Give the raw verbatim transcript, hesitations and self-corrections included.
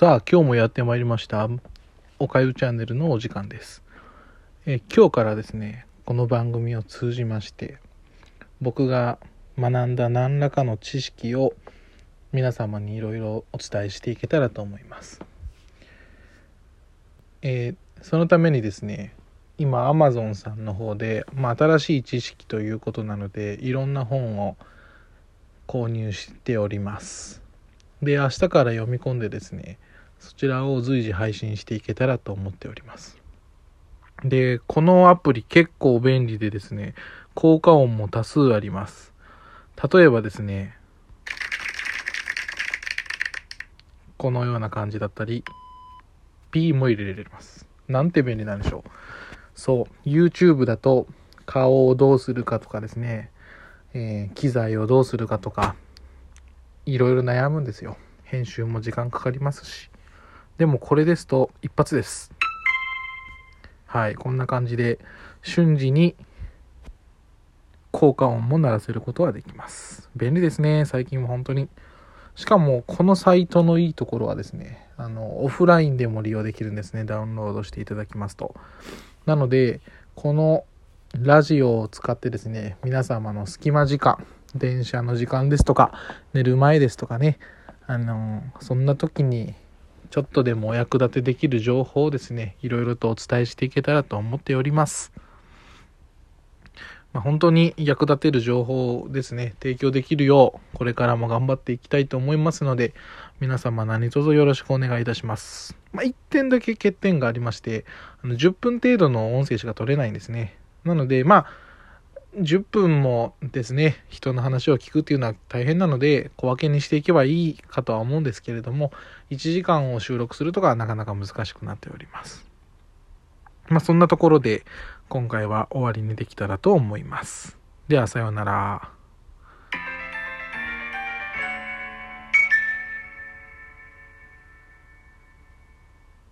さあ今日もやってまいりましたおかゆチャンネルのお時間です。え今日からですねこの番組を通じまして僕が学んだ何らかの知識を皆様にいろいろお伝えしていけたらと思います。えー、そのためにですね今 Amazon さんの方で、まあ、新しい知識ということなのでいろんな本を購入しております。で明日から読み込んでですねそちらを随時配信していけたらと思っております。でこのアプリ結構便利でですね効果音も多数あります。例えばですねこのような感じだったり ピー も入れれます。なんて便利なんでしょう。そう YouTube だと顔をどうするかとかですね、えー、機材をどうするかとかいろいろ悩むんですよ。編集も時間かかりますし。でもこれですと一発です。はい、こんな感じで瞬時に効果音も鳴らせることができます。便利ですね、最近は本当に。しかもこのサイトのいいところはですね、あのオフラインでも利用できるんですね。ダウンロードしていただきますと。なのでこのラジオを使ってですね、皆様の隙間時間、電車の時間ですとか寝る前ですとかね、あのそんな時にちょっとでもお役立てできる情報をですね、いろいろとお伝えしていけたらと思っております。まあ、本当に役立てる情報をですね、提供できるよう、これからも頑張っていきたいと思いますので、皆様何卒よろしくお願いいたします。まあ、いってんだけ欠点がありまして、あのじゅっぷん程度の音声しか取れないんですね。なので、まあ、じゅっぷんもですね、人の話を聞くっていうのは大変なので、小分けにしていけばいいかとは思うんですけれども、いちじかんを収録するとかはなかなか難しくなっております。まあそんなところで今回は終わりにできたらと思います。ではさようなら。